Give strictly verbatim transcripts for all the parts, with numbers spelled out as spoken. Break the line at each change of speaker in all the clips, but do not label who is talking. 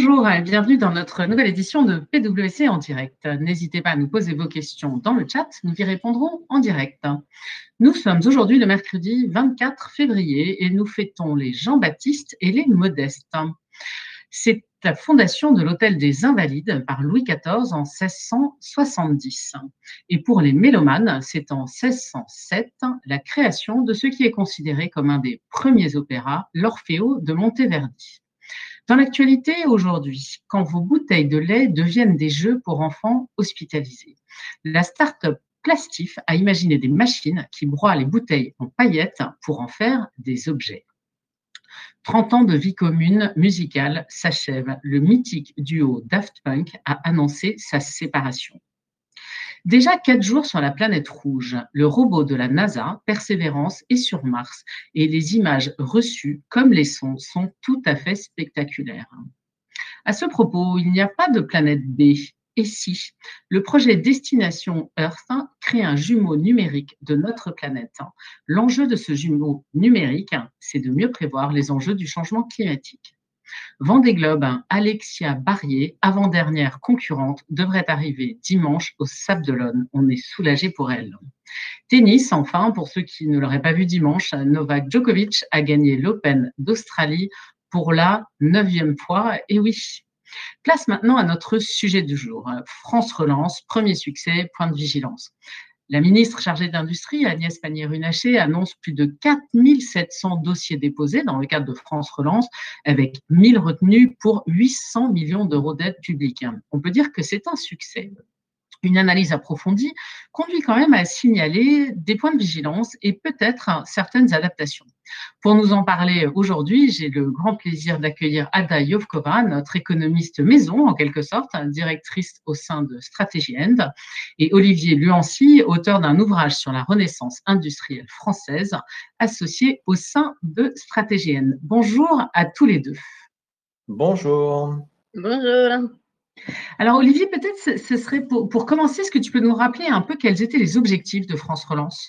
Bonjour et bienvenue dans notre nouvelle édition de P W C en direct. N'hésitez pas à nous poser vos questions dans le chat, nous y répondrons en direct. Nous sommes aujourd'hui le mercredi vingt-quatre février et nous fêtons les Jean-Baptiste et les Modestes. C'est la fondation de l'Hôtel des Invalides par Louis quatorze en seize cent soixante-dix. Et pour les mélomanes, c'est en seize cent sept la création de ce qui est considéré comme un des premiers opéras, l'Orfeo de Monteverdi. Dans l'actualité aujourd'hui, quand vos bouteilles de lait deviennent des jeux pour enfants hospitalisés, la start-up Plastif a imaginé des machines qui broient les bouteilles en paillettes pour en faire des objets. trente ans de vie commune musicale s'achève. Le mythique duo Daft Punk a annoncé sa séparation. Déjà quatre jours sur la planète rouge, le robot de la NASA, Persévérance, est sur Mars et les images reçues, comme les sons, sont tout à fait spectaculaires. À ce propos, il n'y a pas de planète B. Et si le projet Destination Earth crée un jumeau numérique de notre planète? L'enjeu de ce jumeau numérique, c'est de mieux prévoir les enjeux du changement climatique. Vendée Globe, Alexia Barrier, avant-dernière concurrente, devrait arriver dimanche au Sable d'Olonne. On est soulagé pour elle. Tennis, enfin, pour ceux qui ne l'auraient pas vu dimanche, Novak Djokovic a gagné l'Open d'Australie pour la neuvième fois. Et oui. Place maintenant à notre sujet du jour. France Relance, premier succès, point de vigilance. La ministre chargée de l'Industrie, Agnès Pannier-Runacher, annonce plus de quatre mille sept cents dossiers déposés dans le cadre de France Relance, avec mille retenues pour huit cents millions d'euros d'aide publique. On peut dire que c'est un succès. Une analyse approfondie conduit quand même à signaler des points de vigilance et peut-être certaines adaptations. Pour nous en parler aujourd'hui, j'ai le grand plaisir d'accueillir Ada Yovkova, notre économiste maison en quelque sorte, directrice au sein de Strategy End, et Olivier Luancy, auteur d'un ouvrage sur la renaissance industrielle française, associé au sein de Strategy End. Bonjour à tous les deux.
Bonjour.
Bonjour.
Alors Olivier, peut-être ce, ce serait pour, pour commencer, est-ce que tu peux nous rappeler un peu quels étaient les objectifs de France Relance?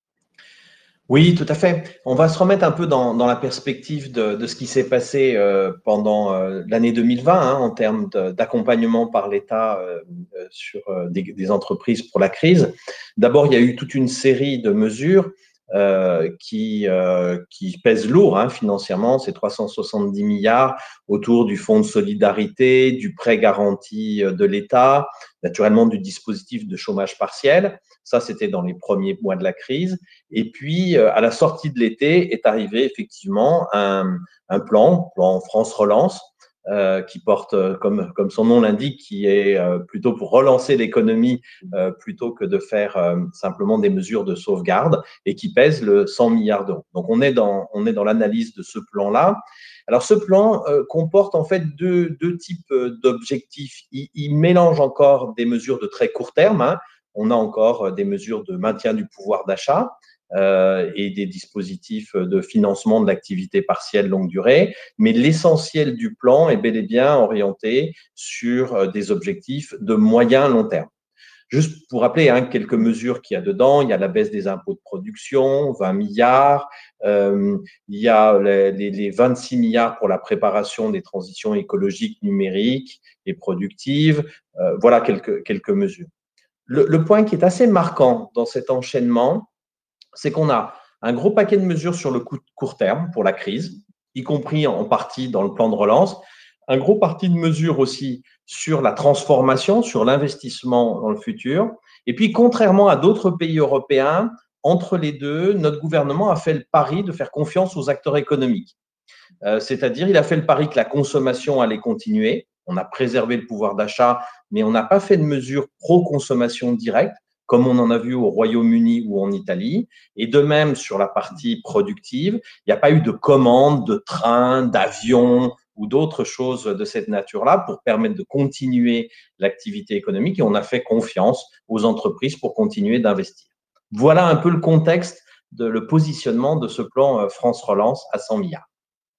Oui, tout à fait. On va se remettre un peu dans, dans la perspective de, de ce qui s'est passé euh, pendant euh, l'année deux mille vingt hein, en termes d'accompagnement par l'État euh, sur euh, des, des entreprises pour la crise. D'abord, il y a eu toute une série de mesures euh, qui, euh, qui pèsent lourd hein, financièrement, c'est trois cent soixante-dix milliards autour du fonds de solidarité, du prêt garanti de l'État, naturellement du dispositif de chômage partiel. Ça, c'était dans les premiers mois de la crise. Et puis, à la sortie de l'été, est arrivé effectivement un, un plan, plan France Relance, euh, qui porte, comme, comme son nom l'indique, qui est euh, plutôt pour relancer l'économie euh, plutôt que de faire euh, simplement des mesures de sauvegarde et qui pèse le cent milliards d'euros. Donc, on est dans, on est dans l'analyse de ce plan-là. Alors, ce plan euh, comporte en fait deux, deux types d'objectifs. Il, il mélange encore des mesures de très court terme, hein. On a encore des mesures de maintien du pouvoir d'achat euh, et des dispositifs de financement de l'activité partielle longue durée, mais l'essentiel du plan est bel et bien orienté sur des objectifs de moyen long terme. Juste pour rappeler hein, quelques mesures qu'il y a dedans, il y a la baisse des impôts de production, vingt milliards, euh, il y a les, les, les vingt-six milliards pour la préparation des transitions écologiques, numériques et productives. Euh, voilà quelques, quelques mesures. Le, le point qui est assez marquant dans cet enchaînement, c'est qu'on a un gros paquet de mesures sur le court terme pour la crise, y compris en partie dans le plan de relance, un gros parti de mesures aussi sur la transformation, sur l'investissement dans le futur. Et puis, contrairement à d'autres pays européens, entre les deux, notre gouvernement a fait le pari de faire confiance aux acteurs économiques. Euh, c'est-à-dire, il a fait le pari que la consommation allait continuer. On a préservé le pouvoir d'achat, mais on n'a pas fait de mesures pro-consommation directe, comme on en a vu au Royaume-Uni ou en Italie. Et de même, sur la partie productive, il n'y a pas eu de commandes de trains, d'avions ou d'autres choses de cette nature-là pour permettre de continuer l'activité économique. Et on a fait confiance aux entreprises pour continuer d'investir. Voilà un peu le contexte, de, le positionnement de ce plan France Relance à cent milliards.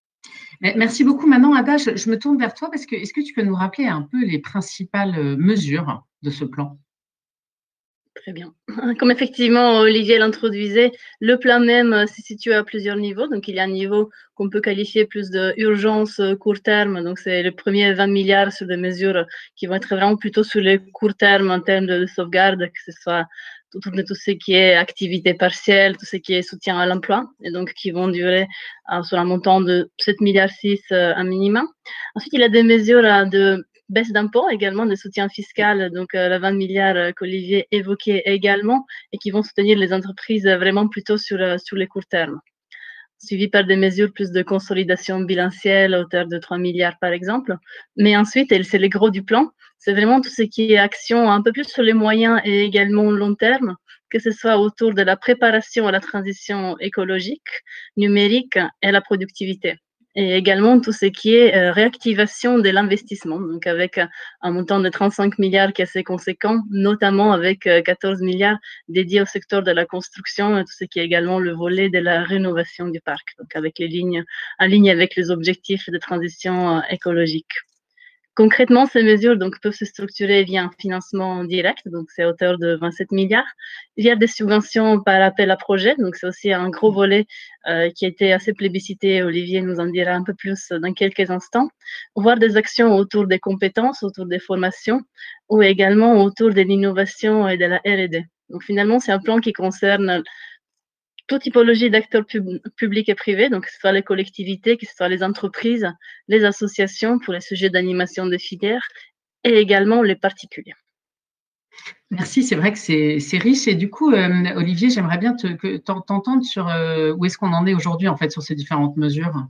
Merci beaucoup. Maintenant, Ada, je, je me tourne vers toi parce que est-ce que tu peux nous rappeler un peu les principales mesures de ce plan?
Très bien. Comme effectivement Olivier l'introduisait, le plan même se situe à plusieurs niveaux. Donc, il y a un niveau qu'on peut qualifier plus d'urgence court terme. Donc, c'est le premier vingt milliards sur des mesures qui vont être vraiment plutôt sur le court terme en termes de sauvegarde, que ce soit autour de tout ce qui est activité partielle, tout ce qui est soutien à l'emploi, et donc qui vont durer euh, sur un montant de sept milliards six euh, un minimum. Ensuite, il y a des mesures euh, de baisse d'impôts également, de soutien fiscal, donc euh, les vingt milliards euh, qu'Olivier évoquait également, et qui vont soutenir les entreprises euh, vraiment plutôt sur, euh, sur les courts termes. Suivi par des mesures plus de consolidation bilancielle à hauteur de trois milliards par exemple. Mais ensuite, et c'est le gros du plan, c'est vraiment tout ce qui est action un peu plus sur les moyens et également long terme, que ce soit autour de la préparation à la transition écologique, numérique et à la productivité. Et également tout ce qui est euh, réactivation de l'investissement, donc avec euh, un montant de trente-cinq milliards qui est assez conséquent, notamment avec euh, quatorze milliards dédiés au secteur de la construction, et tout ce qui est également le volet de la rénovation du parc, donc avec les lignes en ligne avec les objectifs de transition euh, écologique. Concrètement, ces mesures donc, peuvent se structurer via un financement direct, donc c'est à hauteur de vingt-sept milliards, via des subventions par appel à projet, donc c'est aussi un gros volet euh, qui a été assez plébiscité, Olivier nous en dira un peu plus dans quelques instants, voire des actions autour des compétences, autour des formations, ou également autour de l'innovation et de la R et D. Donc finalement, c'est un plan qui concerne toute typologie d'acteurs pub publics et privés, donc que ce soit les collectivités, que ce soit les entreprises, les associations pour les sujets d'animation des filières et également les particuliers.
Merci, c'est vrai que c'est riche. Et du coup, euh, Olivier, j'aimerais bien t'entendre sur euh, où est-ce qu'on en est aujourd'hui en fait sur ces différentes mesures.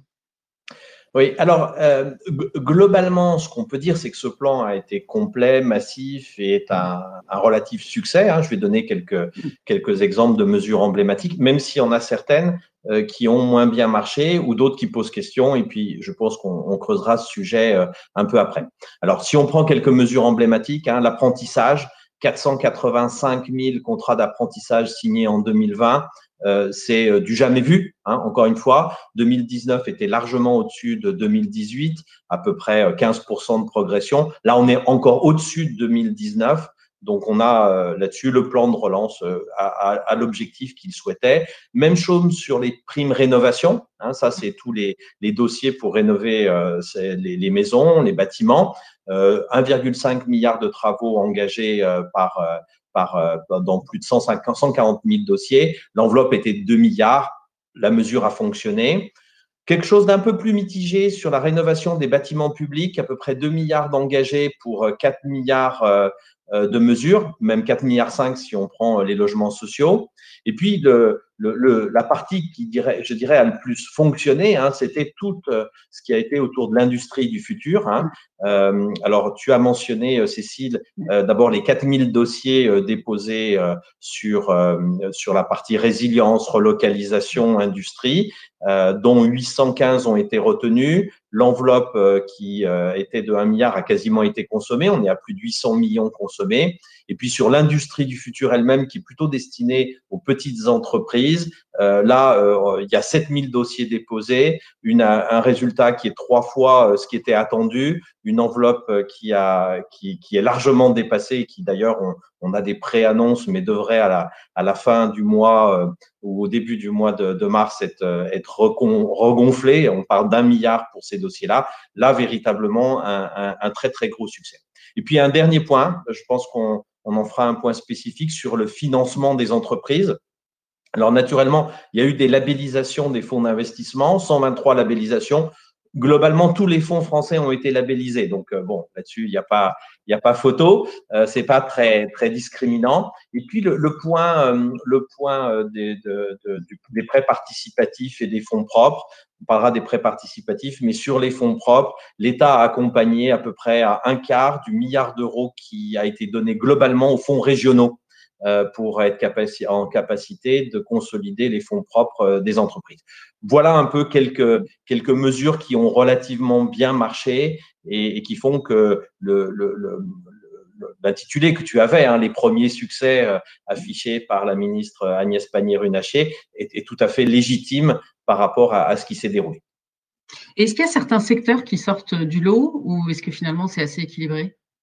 Oui, alors euh, globalement, ce qu'on peut dire, c'est que ce plan a été complet, massif et est un, un relatif succès. Hein. Je vais donner quelques, quelques exemples de mesures emblématiques, même s'il y en a certaines euh, qui ont moins bien marché ou d'autres qui posent question. Et puis, je pense qu'on creusera ce sujet euh, un peu après. Alors, si on prend quelques mesures emblématiques, hein, l'apprentissage, quatre cent quatre-vingt-cinq mille contrats d'apprentissage signés en deux mille vingt. Euh, c'est euh, du jamais vu, hein, encore une fois. deux mille dix-neuf était largement au-dessus de deux mille dix-huit, à peu près quinze pour cent de progression. Là, on est encore au-dessus de deux mille dix-neuf. Donc, on a euh, là-dessus le plan de relance euh, à, à, à l'objectif qu'il souhaitait. Même chose sur les primes rénovation. Hein, ça, c'est tous les, les dossiers pour rénover euh, les, les maisons, les bâtiments. Euh, un virgule cinq milliard de travaux engagés euh, par euh, Par, euh, dans plus de cent cinquante, cent quarante mille dossiers. L'enveloppe était de deux milliards. La mesure a fonctionné. Quelque chose d'un peu plus mitigé sur la rénovation des bâtiments publics, à peu près deux milliards d'engagés pour quatre milliards euh, de mesures, même quatre milliards cinq si on prend les logements sociaux. Et puis, le, le, le, la partie qui, dirait, je dirais, a le plus fonctionné, hein, c'était tout euh, ce qui a été autour de l'industrie du futur. Hein. Euh, alors, tu as mentionné, Cécile, euh, d'abord les quatre mille dossiers euh, déposés euh, sur, euh, sur la partie résilience, relocalisation, industrie, euh, dont huit cent quinze ont été retenus. L'enveloppe euh, qui euh, était de un milliard a quasiment été consommée. On est à plus de huit cents millions consommés. Et puis, sur l'industrie du futur elle-même, qui est plutôt destinée aux petites entreprises, euh, là, euh, il y a sept mille dossiers déposés, une, un résultat qui est trois fois ce qui était attendu, une enveloppe qui, a, qui, qui est largement dépassée et qui, d'ailleurs, on, on a des pré-annonces, mais devrait, à la, à la fin du mois euh, ou au début du mois de, de mars, être, être regonflé. On parle d'un milliard pour ces dossiers-là. Là, véritablement, un, un, un très, très gros succès. Et puis, un dernier point, je pense qu'on on en fera un point spécifique sur le financement des entreprises. Alors, naturellement, il y a eu des labellisations des fonds d'investissement, cent vingt-trois labellisations. Globalement, tous les fonds français ont été labellisés. Donc, euh, bon, là-dessus, il n'y a pas, il n'y a pas photo. Euh, c'est pas très, très discriminant. Et puis, le, le point, euh, le point des, de, de, des prêts participatifs et des fonds propres. On parlera des prêts participatifs, mais sur les fonds propres, l'État a accompagné à peu près à un quart du milliard d'euros qui a été donné globalement aux fonds régionaux euh, pour être capaci en capacité de consolider les fonds propres euh, des entreprises. Voilà un peu quelques, quelques mesures qui ont relativement bien marché et, et qui font que le, le, le l'intitulé que tu avais, hein, les premiers succès euh, affichés par la ministre Agnès Pannier-Runacher, est, est tout à fait légitime par rapport à, à ce qui s'est déroulé.
Est-ce qu'il y a certains secteurs qui sortent du lot ou est-ce que finalement c'est assez équilibré?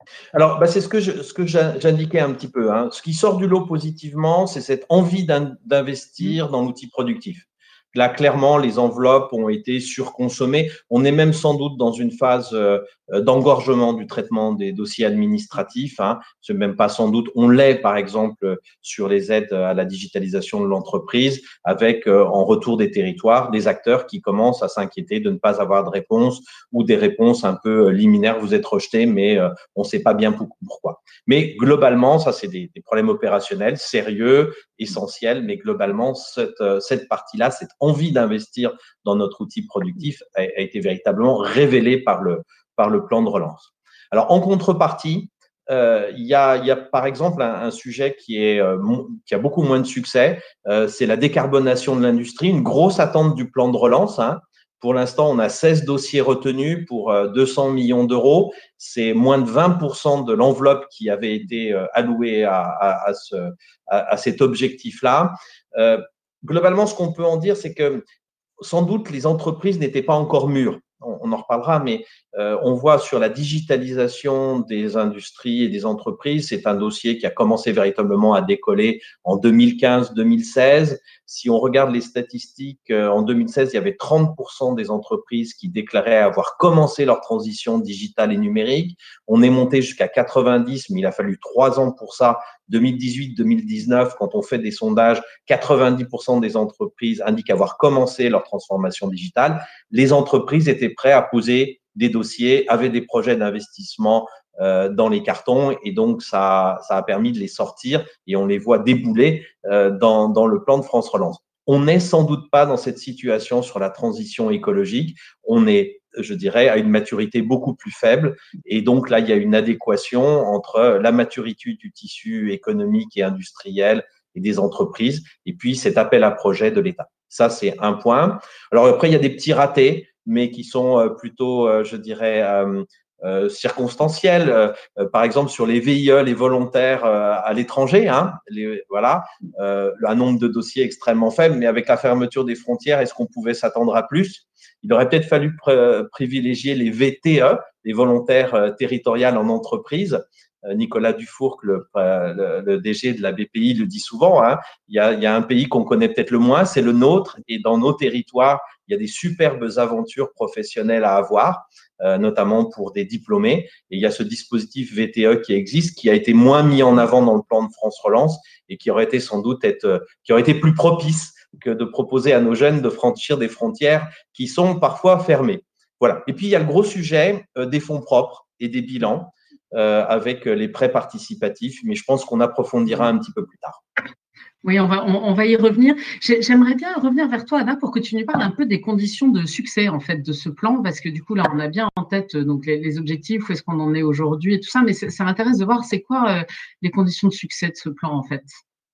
Alors, bah, c'est ce que je, ce que j'indiquais un petit peu, hein. Ce qui sort du lot positivement, c'est cette envie d'investir dans l'outil productif. Là, clairement, les enveloppes ont été surconsommées. On est même sans doute dans une phase euh, d'engorgement du traitement des dossiers administratifs. Hein. C'est même pas sans doute. On l'est, par exemple, sur les aides à la digitalisation de l'entreprise, avec euh, en retour des territoires des acteurs qui commencent à s'inquiéter de ne pas avoir de réponse ou des réponses un peu liminaires. Vous êtes rejeté, mais euh, on ne sait pas bien pourquoi. Mais globalement, ça, c'est des, des problèmes opérationnels sérieux, essentiels. Mais globalement, cette, cette partie-là, cette envie d'investir dans notre outil productif a, a été véritablement révélée par le, par le plan de relance. Alors, en contrepartie, euh, il, y a, il y a par exemple un, un sujet qui, est, euh, qui a beaucoup moins de succès, euh, c'est la décarbonation de l'industrie, une grosse attente du plan de relance. Hein. Pour l'instant, on a seize dossiers retenus pour euh, deux cents millions d'euros. C'est moins de vingt pour cent de l'enveloppe qui avait été euh, allouée à, à, à, ce, à, à cet objectif-là. Euh, globalement, ce qu'on peut en dire, c'est que sans doute les entreprises n'étaient pas encore mûres. On en reparlera, mais euh, on voit sur la digitalisation des industries et des entreprises, c'est un dossier qui a commencé véritablement à décoller en deux mille quinze deux mille seize. Si on regarde les statistiques, euh, en deux mille seize, il y avait trente pour cent des entreprises qui déclaraient avoir commencé leur transition digitale et numérique. On est monté jusqu'à quatre-vingt-dix, mais il a fallu trois ans pour ça. deux mille dix-huit deux mille dix-neuf, quand on fait des sondages, quatre-vingt-dix pour cent des entreprises indiquent avoir commencé leur transformation digitale. Les entreprises étaient prêtes à poser des dossiers, avaient des projets d'investissement euh, dans les cartons et donc ça, ça a permis de les sortir et on les voit débouler euh, dans, dans le plan de France Relance. On n'est sans doute pas dans cette situation sur la transition écologique. On est, je dirais, à une maturité beaucoup plus faible. Et donc là, il y a une adéquation entre la maturité du tissu économique et industriel et des entreprises, et puis cet appel à projet de l'État. Ça, c'est un point. Alors après, il y a des petits ratés, mais qui sont plutôt, je dirais, euh, Euh, circonstancielles, euh, par exemple sur les V I E, les volontaires euh, à l'étranger, hein, les, voilà, euh, un nombre de dossiers extrêmement faible, mais avec la fermeture des frontières, est-ce qu'on pouvait s'attendre à plus? Il aurait peut-être fallu pr privilégier les V T E, les volontaires euh, territoriales en entreprise. Euh, Nicolas Dufourcq, le, le, le D G de la B P I, le dit souvent, hein, il y a, il y a un pays qu'on connaît peut-être le moins, c'est le nôtre, et dans nos territoires, il y a des superbes aventures professionnelles à avoir. Euh, notamment pour des diplômés. Et il y a ce dispositif V T E qui existe, qui a été moins mis en avant dans le plan de France Relance et qui aurait été sans doute être, qui aurait été plus propice que de proposer à nos jeunes de franchir des frontières qui sont parfois fermées. Voilà. Et puis, il y a le gros sujet euh, des fonds propres et des bilans euh, avec les prêts participatifs, mais je pense qu'on approfondira un petit peu plus tard.
Oui, on va, on, on va y revenir. J'aimerais bien revenir vers toi, Anna, pour que tu nous parles un peu des conditions de succès en fait de ce plan, parce que du coup là, on a bien en tête donc les, les objectifs, où est-ce qu'on en est aujourd'hui et tout ça, mais ça m'intéresse de voir c'est quoi euh, les conditions de succès de ce plan en fait.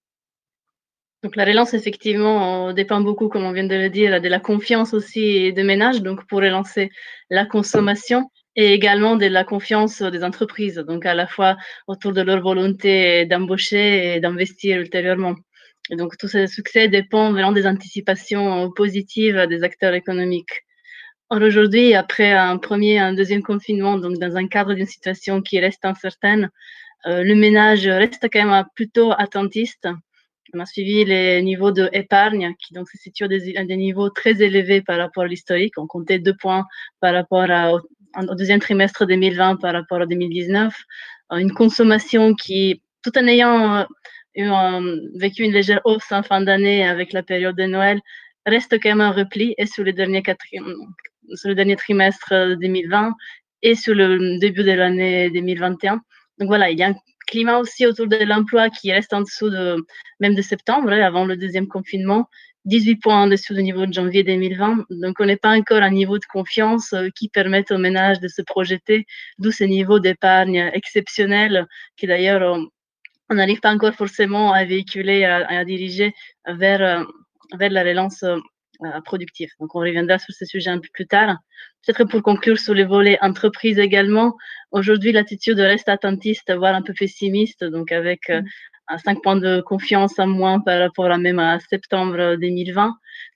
Donc la relance, effectivement, dépend beaucoup, comme on vient de le dire, de la confiance aussi des ménages, donc pour relancer la consommation et également de la confiance des entreprises, donc à la fois autour de leur volonté d'embaucher et d'investir ultérieurement. Et donc tout ce succès dépend vraiment des anticipations positives des acteurs économiques. Or aujourd'hui, après un premier et un deuxième confinement, donc dans un cadre d'une situation qui reste incertaine, euh, le ménage reste quand même plutôt attentiste. On a suivi les niveaux de épargne qui donc se situent à des, à des niveaux très élevés par rapport à l'historique. On comptait deux points par rapport à, au, au deuxième trimestre deux mille vingt par rapport à deux mille dix-neuf. Une consommation qui, tout en ayant eu un, vécu une légère hausse en fin d'année avec la période de Noël, reste quand même un repli et sur les derniers sur le dernier trimestre deux mille vingt et sur le début de l'année deux mille vingt et un. Donc voilà, il y a un climat aussi autour de l'emploi qui reste en dessous de, même de septembre, avant le deuxième confinement, dix-huit points en dessous du niveau de janvier deux mille vingt. Donc, on n'est pas encore à un niveau de confiance qui permette aux ménages de se projeter, d'où ce niveau d'épargne exceptionnel qui d'ailleurs, on n'arrive pas encore forcément à véhiculer, à, à diriger vers, vers la relance productive. Donc, on reviendra sur ce sujet un peu plus tard. Peut-être pour conclure sur les volets entreprises également, aujourd'hui, l'attitude reste attentiste, voire un peu pessimiste, donc avec euh, un cinq points de confiance en moins par rapport à même à septembre deux mille vingt.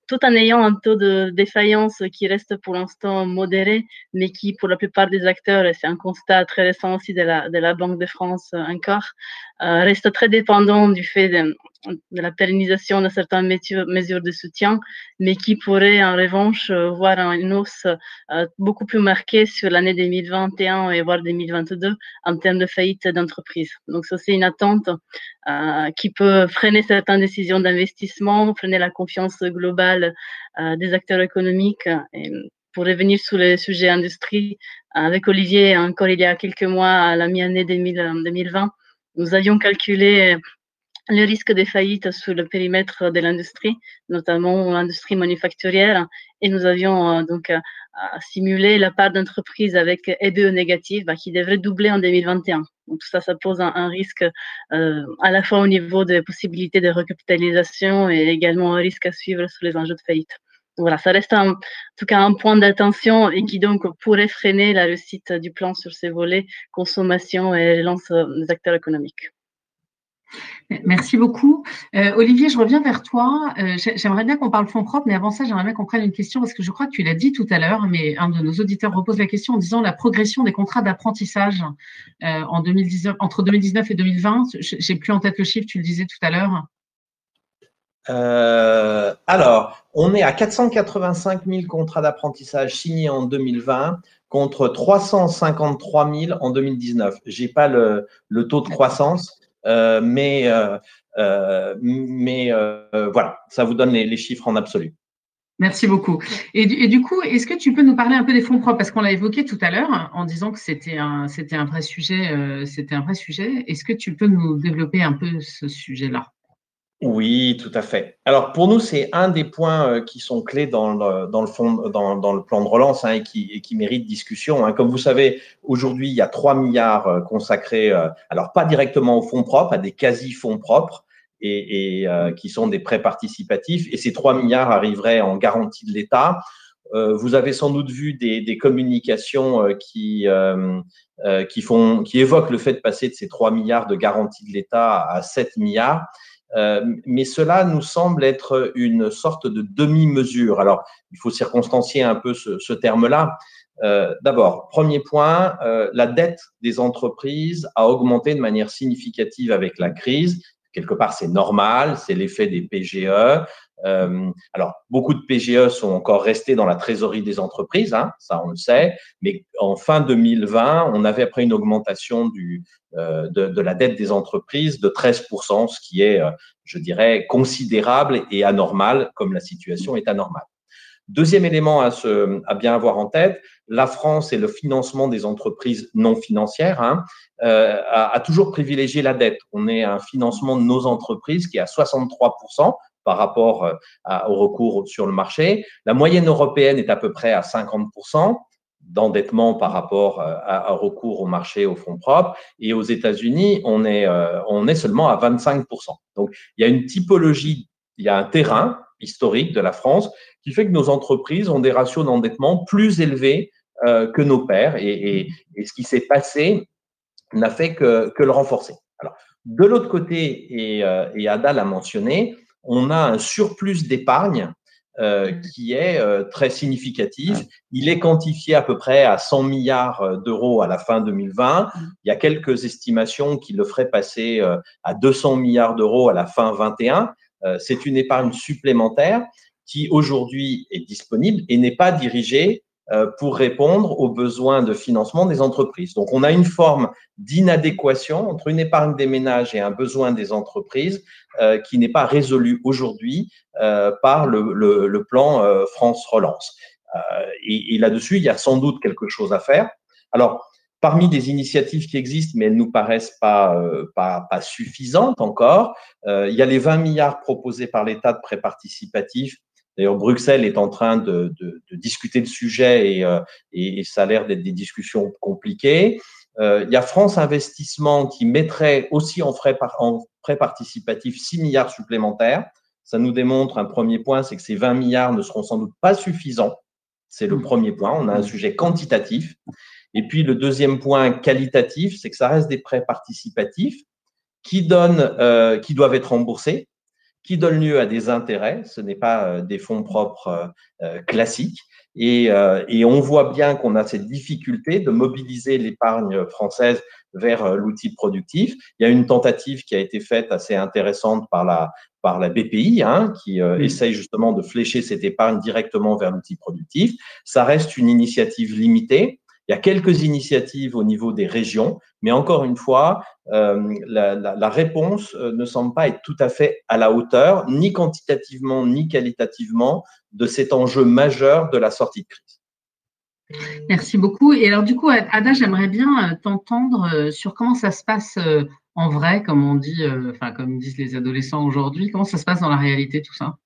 tout en ayant un taux de défaillance qui reste pour l'instant modéré, mais qui, pour la plupart des acteurs, et c'est un constat très récent aussi de la, de la Banque de France encore, euh, reste très dépendant du fait de, de la pérennisation de certaines mesures de soutien, mais qui pourrait en revanche voir une hausse euh, beaucoup plus marquée sur l'année deux mille vingt et un et voire deux mille vingt-deux en termes de faillite d'entreprise. Donc ça, c'est une attente euh, qui peut freiner certaines décisions d'investissement, freiner la confiance globale euh, des acteurs économiques. Et pour revenir sur le sujet industrie, avec Olivier, encore il y a quelques mois, à la mi-année deux mille vingt, nous avions calculé le risque de faillite sur le périmètre de l'industrie, notamment l'industrie manufacturière, et nous avions euh, donc euh, simulé la part d'entreprises avec E B E négative bah, qui devrait doubler en deux mille vingt et un. Donc ça, ça pose un, un risque euh, à la fois au niveau des possibilités de recapitalisation et également un risque à suivre sur les enjeux de faillite. Donc voilà, ça reste un, en tout cas un point d'attention et qui donc pourrait freiner la réussite du plan sur ces volets consommation et relance des acteurs économiques.
Merci beaucoup. Euh, Olivier, je reviens vers toi. Euh, j'aimerais bien qu'on parle fonds propres, mais avant ça, j'aimerais bien qu'on prenne une question parce que je crois que tu l'as dit tout à l'heure, mais un de nos auditeurs repose la question en disant la progression des contrats d'apprentissage euh, en deux mille dix-neuf, entre deux mille dix-neuf et deux mille vingt. J'ai plus en tête le chiffre, tu le disais tout à l'heure.
Euh, alors, on est à quatre cent quatre-vingt-cinq mille contrats d'apprentissage signés en deux mille vingt contre trois cent cinquante-trois mille en deux mille dix-neuf. J'ai pas le, le taux de croissance. Euh, mais euh, euh, mais euh, voilà, ça vous donne les, les chiffres en absolu.
Merci beaucoup. Et du, et du coup, est-ce que tu peux nous parler un peu des fonds propres parce qu'on l'a évoqué tout à l'heure en disant que c'était un c'était un vrai sujet, euh, c'était un vrai sujet. Est-ce que tu peux nous développer un peu ce sujet-là?
Oui, tout à fait. Alors pour nous, c'est un des points qui sont clés dans le, dans le, fond, dans, dans le plan de relance hein, et, qui, et qui mérite discussion. Hein. Comme vous savez, aujourd'hui, il y a trois milliards consacrés, euh, alors pas directement aux fonds propres, à des quasi-fonds propres et, et euh, qui sont des prêts participatifs. Et ces trois milliards arriveraient en garantie de l'État. Euh, vous avez sans doute vu des, des communications euh, qui, euh, euh, qui, font, qui évoquent le fait de passer de ces trois milliards de garantie de l'État à sept milliards. Euh, mais cela nous semble être une sorte de demi-mesure. Alors, il faut circonstancier un peu ce, ce terme-là. Euh, D'abord, premier point, euh, la dette des entreprises a augmenté de manière significative avec la crise. Quelque part, c'est normal, c'est l'effet des P G E. Euh, alors, beaucoup de P G E sont encore restés dans la trésorerie des entreprises, hein, ça on le sait, mais en fin deux mille vingt, on avait après une augmentation du, euh, de, de la dette des entreprises de treize pour cent, ce qui est, euh, je dirais, considérable et anormal, comme la situation est anormale. Deuxième élément à, se, à bien avoir en tête, la France et le financement des entreprises non financières hein, euh, a, a toujours privilégié la dette. On est à un financement de nos entreprises qui est à soixante-trois pour cent par rapport à, au recours sur le marché. La moyenne européenne est à peu près à cinquante pour cent d'endettement par rapport à, à recours au marché, aux fonds propres. Et aux États-Unis, on est, euh, on est seulement à vingt-cinq pour cent. Donc, il y a une typologie, il y a un terrain historique de la France qui fait que nos entreprises ont des ratios d'endettement plus élevés euh, que nos pairs. Et, et, et ce qui s'est passé n'a fait que, que le renforcer. Alors, de l'autre côté, et, euh, et Ada l'a mentionné, on a un surplus d'épargne euh, qui est euh, très significatif. Il est quantifié à peu près à cent milliards d'euros à la fin deux mille vingt. Il y a quelques estimations qui le feraient passer euh, à deux cents milliards d'euros à la fin vingt et un. Euh, c'est une épargne supplémentaire qui aujourd'hui est disponible et n'est pas dirigée pour répondre aux besoins de financement des entreprises. Donc, on a une forme d'inadéquation entre une épargne des ménages et un besoin des entreprises euh, qui n'est pas résolu aujourd'hui euh, par le, le, le plan euh, France Relance. Euh, et, et là-dessus, il y a sans doute quelque chose à faire. Alors, parmi des initiatives qui existent, mais elles nous paraissent pas, euh, pas, pas suffisantes encore, euh, il y a les vingt milliards proposés par l'État de prêts participatifs. D'ailleurs, Bruxelles est en train de, de, de discuter le sujet et, euh, et, et ça a l'air d'être des discussions compliquées. Euh, il y a France Investissement qui mettrait aussi en frais, par, en frais participatifs six milliards supplémentaires. Ça nous démontre un premier point, c'est que ces vingt milliards ne seront sans doute pas suffisants. C'est le premier point. On a un sujet quantitatif. Et puis, le deuxième point qualitatif, c'est que ça reste des prêts participatifs qui donnent, euh, qui doivent être remboursés. qui donnent lieu à des intérêts. Ce n'est pas euh, des fonds propres euh, classiques. Et, euh, et on voit bien qu'on a cette difficulté de mobiliser l'épargne française vers euh, l'outil productif. Il y a une tentative qui a été faite assez intéressante par la, par la B P I, hein, qui euh, mmh. essaye justement de flécher cette épargne directement vers l'outil productif. Ça reste une initiative limitée. Il y a quelques initiatives au niveau des régions, mais encore une fois, euh, la, la, la réponse ne semble pas être tout à fait à la hauteur, ni quantitativement, ni qualitativement, de cet enjeu majeur de la sortie de crise.
Merci beaucoup. Et alors, du coup, Ada, j'aimerais bien t'entendre sur comment ça se passe en vrai, comme on dit, enfin, comme disent les adolescents aujourd'hui. Comment ça se passe dans la réalité, tout ça?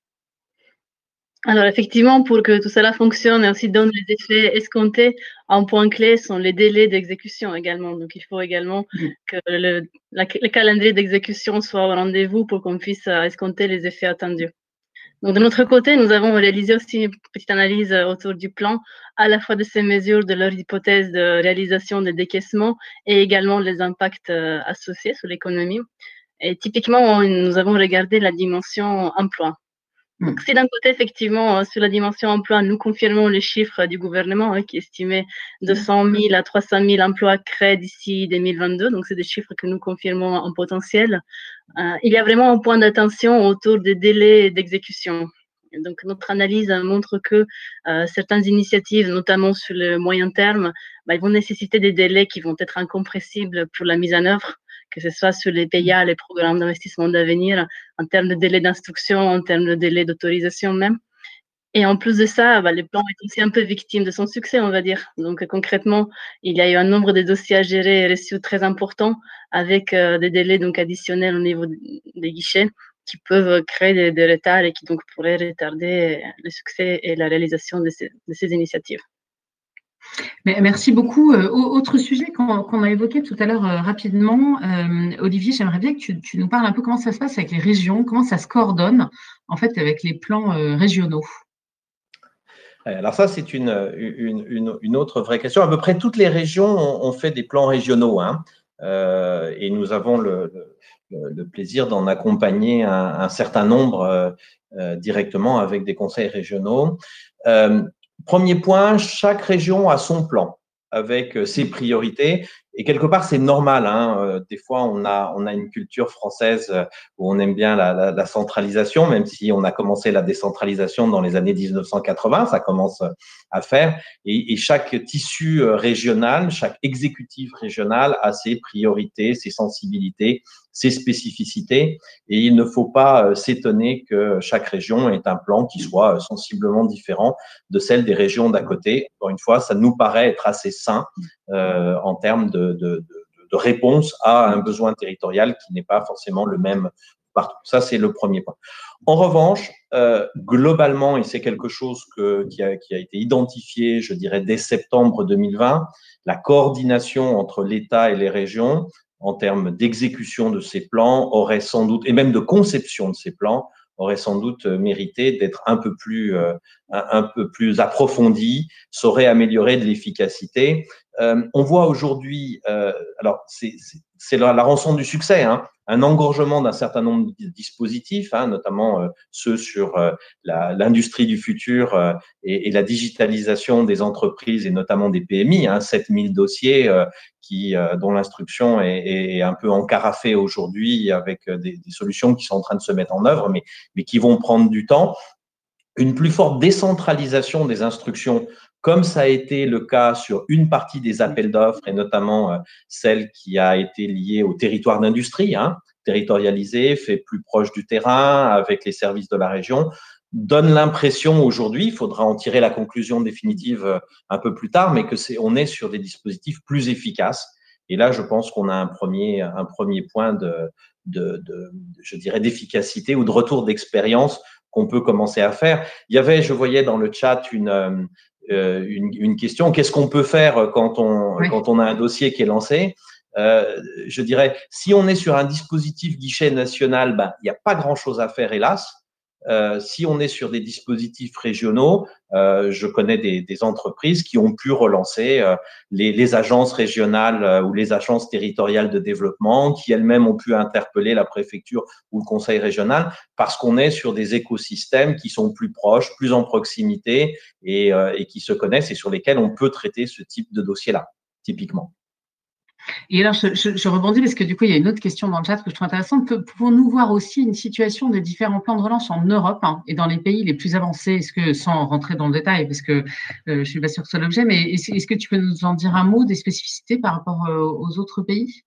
Alors, effectivement, pour que tout cela fonctionne et aussi donne les effets escomptés, un point clé sont les délais d'exécution également. Donc, il faut également mmh. que le, la, le calendrier d'exécution soit au rendez-vous pour qu'on puisse escompter les effets attendus. Donc, de notre côté, nous avons réalisé aussi une petite analyse autour du plan, à la fois de ces mesures, de leur hypothèse de réalisation des décaissements et également les impacts associés sur l'économie. Et typiquement, nous avons regardé la dimension emploi. Donc, si d'un côté, effectivement, sur la dimension emploi, nous confirmons les chiffres du gouvernement hein, qui estimait de cent mille à trois cent mille emplois créés d'ici deux mille vingt-deux, donc c'est des chiffres que nous confirmons en potentiel, euh, il y a vraiment un point d'attention autour des délais d'exécution. Donc, notre analyse montre que euh, certaines initiatives, notamment sur le moyen terme, bah, ils vont nécessiter des délais qui vont être incompressibles pour la mise en œuvre, que ce soit sur les P I A, les programmes d'investissement d'avenir, en termes de délai d'instruction, en termes de délai d'autorisation même. Et en plus de ça, bah, le plan est aussi un peu victime de son succès, on va dire. Donc concrètement, il y a eu un nombre de dossiers à gérer et reçus très important, avec euh, des délais donc additionnels au niveau des guichets qui peuvent créer des, des retards et qui donc pourraient retarder le succès et la réalisation de ces, de ces initiatives.
Mais merci beaucoup. Euh, autre sujet qu'on qu'on a évoqué tout à l'heure euh, rapidement, euh, Olivier, j'aimerais bien que tu, tu nous parles un peu comment ça se passe avec les régions, comment ça se coordonne en fait avec les plans euh, régionaux.
Alors ça, c'est une, une, une, une autre vraie question. À peu près toutes les régions ont, ont fait des plans régionaux hein, euh, et nous avons le, le, le plaisir d'en accompagner un, un certain nombre euh, euh, directement avec des conseils régionaux. Euh, Premier point, chaque région a son plan avec ses priorités et quelque part c'est normal. Hein. Des fois on a on a une culture française où on aime bien la, la, la centralisation, même si on a commencé la décentralisation dans les années mille neuf cent quatre-vingts, ça commence à faire. Et, et chaque tissu régional, chaque exécutif régional a ses priorités, ses sensibilités, ses spécificités, et il ne faut pas s'étonner que chaque région ait un plan qui soit sensiblement différent de celle des régions d'à côté. Encore une fois, ça nous paraît être assez sain euh, en termes de, de, de, de réponse à un besoin territorial qui n'est pas forcément le même partout. Ça, c'est le premier point. En revanche, euh, globalement, et c'est quelque chose que, qui, a, qui a été identifié, je dirais, dès septembre deux mille vingt, la coordination entre l'État et les régions en termes d'exécution de ces plans aurait sans doute, et même de conception de ces plans, aurait sans doute mérité d'être un peu plus, euh, un, un peu plus approfondie, saurait améliorer de l'efficacité. Euh, on voit aujourd'hui, euh, alors c'est c'est la, la rançon du succès, hein, un engorgement d'un certain nombre de dispositifs, hein, notamment euh, ceux sur euh, l'industrie du futur euh, et, et la digitalisation des entreprises et notamment des P M I, hein, sept mille dossiers euh, qui, euh, dont l'instruction est, est un peu encarafée aujourd'hui avec des, des solutions qui sont en train de se mettre en œuvre, mais, mais qui vont prendre du temps. Une plus forte décentralisation des instructions, comme ça a été le cas sur une partie des appels d'offres et notamment euh, celle qui a été liée au territoire d'industrie, hein, territorialisé, fait plus proche du terrain avec les services de la région, donne l'impression aujourd'hui, il faudra en tirer la conclusion définitive euh, un peu plus tard, mais que c'est on est sur des dispositifs plus efficaces. Et là, je pense qu'on a un premier un premier point de de, de je dirais d'efficacité ou de retour d'expérience qu'on peut commencer à faire. Il y avait, je voyais dans le chat une euh, une, une question. Qu'est-ce qu'on peut faire quand on oui. quand on a un dossier qui est lancé? Euh, je dirais, si on est sur un dispositif guichet national, ben il n'y a pas grand-chose à faire, hélas. euh, si on est sur des dispositifs régionaux, euh, je connais des, des entreprises qui ont pu relancer euh, les, les agences régionales euh, ou les agences territoriales de développement, qui elles-mêmes ont pu interpeller la préfecture ou le conseil régional, parce qu'on est sur des écosystèmes qui sont plus proches, plus en proximité et, euh, et qui se connaissent et sur lesquels on peut traiter ce type de dossier-là, typiquement.
Et alors, je, je, je rebondis parce que du coup, il y a une autre question dans le chat que je trouve intéressante. Pouvons-nous voir aussi une situation de différents plans de relance en Europe hein, et dans les pays les plus avancés? Est-ce que, sans rentrer dans le détail, parce que euh, je ne suis pas sûre que ce soit l'objet, mais est-ce, est-ce que tu peux nous en dire un mot des spécificités par rapport euh, aux autres pays?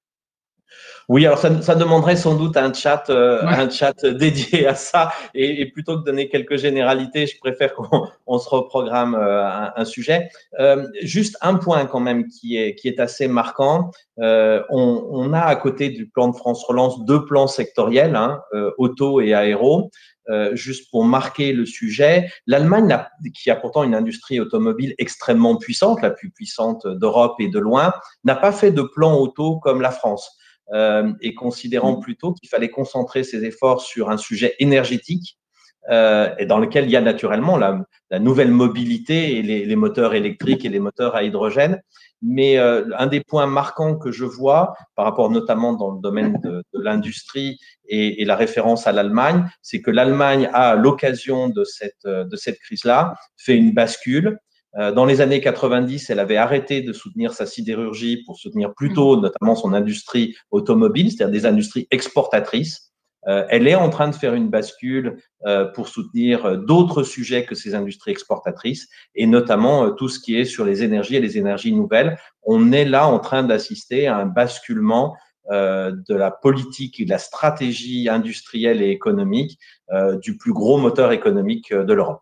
Oui, alors ça, ça demanderait sans doute un chat, euh,
Ouais.
un chat dédié à ça. Et, et plutôt que de donner quelques généralités, je préfère qu'on on se reprogramme euh, un, un sujet. Euh, juste un point quand même qui est, qui est assez marquant. Euh, on, on a à côté du plan de France Relance deux plans sectoriels, hein, euh, auto et aéro. Euh, juste pour marquer le sujet, l'Allemagne, a, qui a pourtant une industrie automobile extrêmement puissante, la plus puissante d'Europe et de loin, n'a pas fait de plan auto comme la France. Euh, et considérant plutôt qu'il fallait concentrer ses efforts sur un sujet énergétique euh, et dans lequel il y a naturellement la, la nouvelle mobilité et les, les moteurs électriques et les moteurs à hydrogène. Mais euh, un des points marquants que je vois par rapport notamment dans le domaine de, de l'industrie et, et la référence à l'Allemagne, c'est que l'Allemagne a, à l'occasion de cette, de cette crise-là, fait une bascule. Dans les années quatre-vingt-dix, elle avait arrêté de soutenir sa sidérurgie pour soutenir plutôt notamment son industrie automobile, c'est-à-dire des industries exportatrices. Euh, elle est en train de faire une bascule euh, pour soutenir d'autres sujets que ces industries exportatrices et notamment euh, tout ce qui est sur les énergies et les énergies nouvelles. On est là en train d'assister à un basculement euh, de la politique et de la stratégie industrielle et économique euh, du plus gros moteur économique de l'Europe.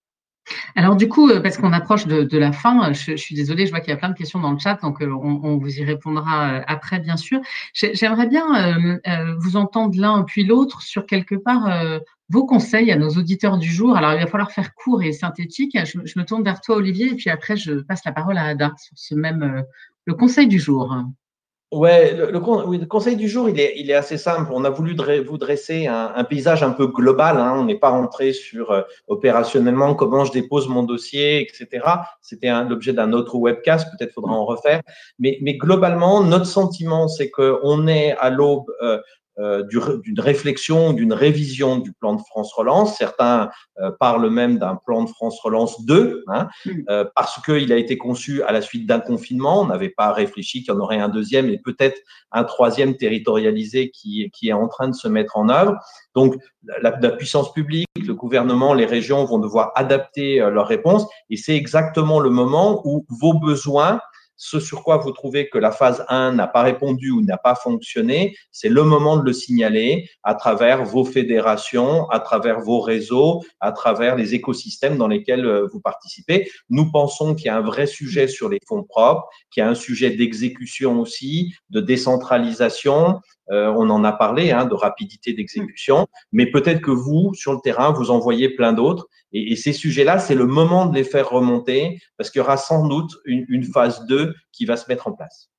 Alors du coup, parce qu'on approche de, de la fin, je, je suis désolée, je vois qu'il y a plein de questions dans le chat, donc on, on vous y répondra après, bien sûr. J'aimerais bien euh, euh, vous entendre l'un puis l'autre sur quelque part euh, vos conseils à nos auditeurs du jour. Alors il va falloir faire court et synthétique. Je, je me tourne vers toi, Olivier, et puis après je passe la parole à Ada sur ce même euh, le conseil du jour.
Ouais, le, le, oui, le conseil du jour, il est, il est assez simple. On a voulu dre vous dresser un, un paysage un peu global. Hein. On n'est pas rentré sur euh, opérationnellement comment je dépose mon dossier, et cetera. C'était l'objet d'un autre webcast, peut-être faudra en refaire. Mais, mais globalement, notre sentiment, c'est qu'on est à l'aube euh, euh, d'une réflexion, d'une révision du plan de France Relance. Certains euh, parlent même d'un plan de France Relance deux, hein, euh, parce qu'il a été conçu à la suite d'un confinement. On n'avait pas réfléchi qu'il y en aurait un deuxième et peut-être un troisième territorialisé qui, qui est en train de se mettre en œuvre. Donc, la, la puissance publique, le gouvernement, les régions vont devoir adapter euh, leurs réponses et c'est exactement le moment où vos besoins, ce sur quoi vous trouvez que la phase un n'a pas répondu ou n'a pas fonctionné, c'est le moment de le signaler à travers vos fédérations, à travers vos réseaux, à travers les écosystèmes dans lesquels vous participez. Nous pensons qu'il y a un vrai sujet sur les fonds propres, qu'il y a un sujet d'exécution aussi, de décentralisation. Euh, on en a parlé, hein, de rapidité d'exécution, mais peut-être que vous, sur le terrain, vous en voyez plein d'autres. Et, et ces sujets-là, c'est le moment de les faire remonter parce qu'il y aura sans doute une, une phase deux qui va se mettre en place.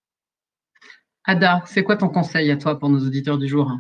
Ada, c'est quoi ton conseil à toi pour nos auditeurs du jour?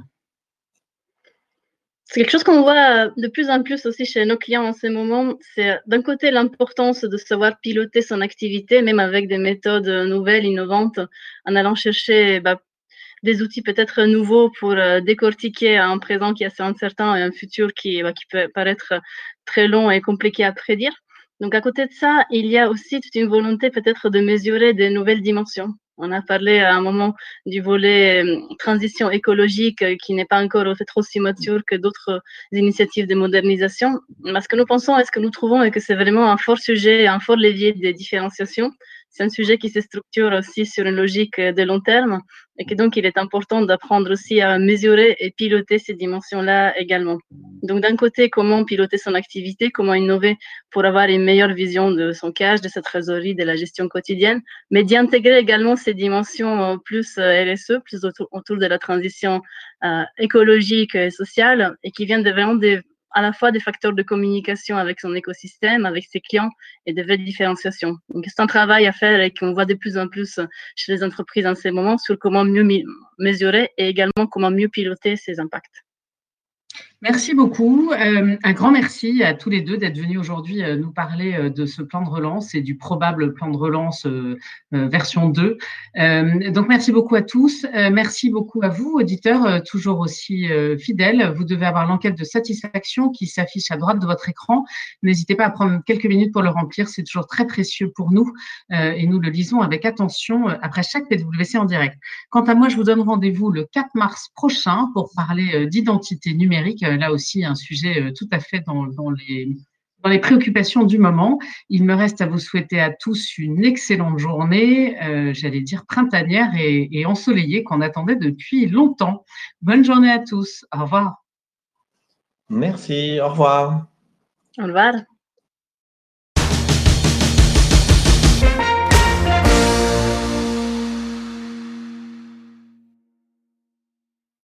C'est quelque chose qu'on voit de plus en plus aussi chez nos clients en ce moment. C'est d'un côté l'importance de savoir piloter son activité, même avec des méthodes nouvelles, innovantes, en allant chercher bah, des outils peut-être nouveaux pour euh, décortiquer un présent qui est assez incertain et un futur qui, bah, qui peut paraître très long et compliqué à prédire. Donc, à côté de ça, il y a aussi toute une volonté peut-être de mesurer des nouvelles dimensions. On a parlé à un moment du volet euh, transition écologique euh, qui n'est pas encore peut-être aussi mature que d'autres initiatives de modernisation. Mais ce que nous pensons et ce que nous trouvons est que c'est vraiment un fort sujet, un fort levier de différenciation. C'est un sujet qui se structure aussi sur une logique de long terme et que donc il est important d'apprendre aussi à mesurer et piloter ces dimensions-là également. Donc d'un côté, comment piloter son activité, comment innover pour avoir une meilleure vision de son cash, de sa trésorerie, de la gestion quotidienne, mais d'y intégrer également ces dimensions plus R S E, plus autour, autour de la transition euh, écologique et sociale et qui viennent de vraiment des à la fois des facteurs de communication avec son écosystème, avec ses clients et de vraies différenciations. Donc, c'est un travail à faire et qu'on voit de plus en plus chez les entreprises en ces moments sur comment mieux mesurer et également comment mieux piloter ces impacts.
Merci beaucoup. Euh, un grand merci à tous les deux d'être venus aujourd'hui euh, nous parler euh, de ce plan de relance et du probable plan de relance euh, euh, version deux. Euh, donc, merci beaucoup à tous. Euh, merci beaucoup à vous, auditeurs, euh, toujours aussi euh, fidèles. Vous devez avoir l'enquête de satisfaction qui s'affiche à droite de votre écran. N'hésitez pas à prendre quelques minutes pour le remplir. C'est toujours très précieux pour nous euh, et nous le lisons avec attention euh, après chaque P W C en direct. Quant à moi, je vous donne rendez-vous le quatre mars prochain pour parler euh, d'identité numérique. Là aussi, un sujet tout à fait dans, dans, les, dans les préoccupations du moment. Il me reste à vous souhaiter à tous une excellente journée, euh, j'allais dire printanière et, et ensoleillée qu'on attendait depuis longtemps. Bonne journée à tous. Au revoir.
Merci. Au revoir.
Au revoir.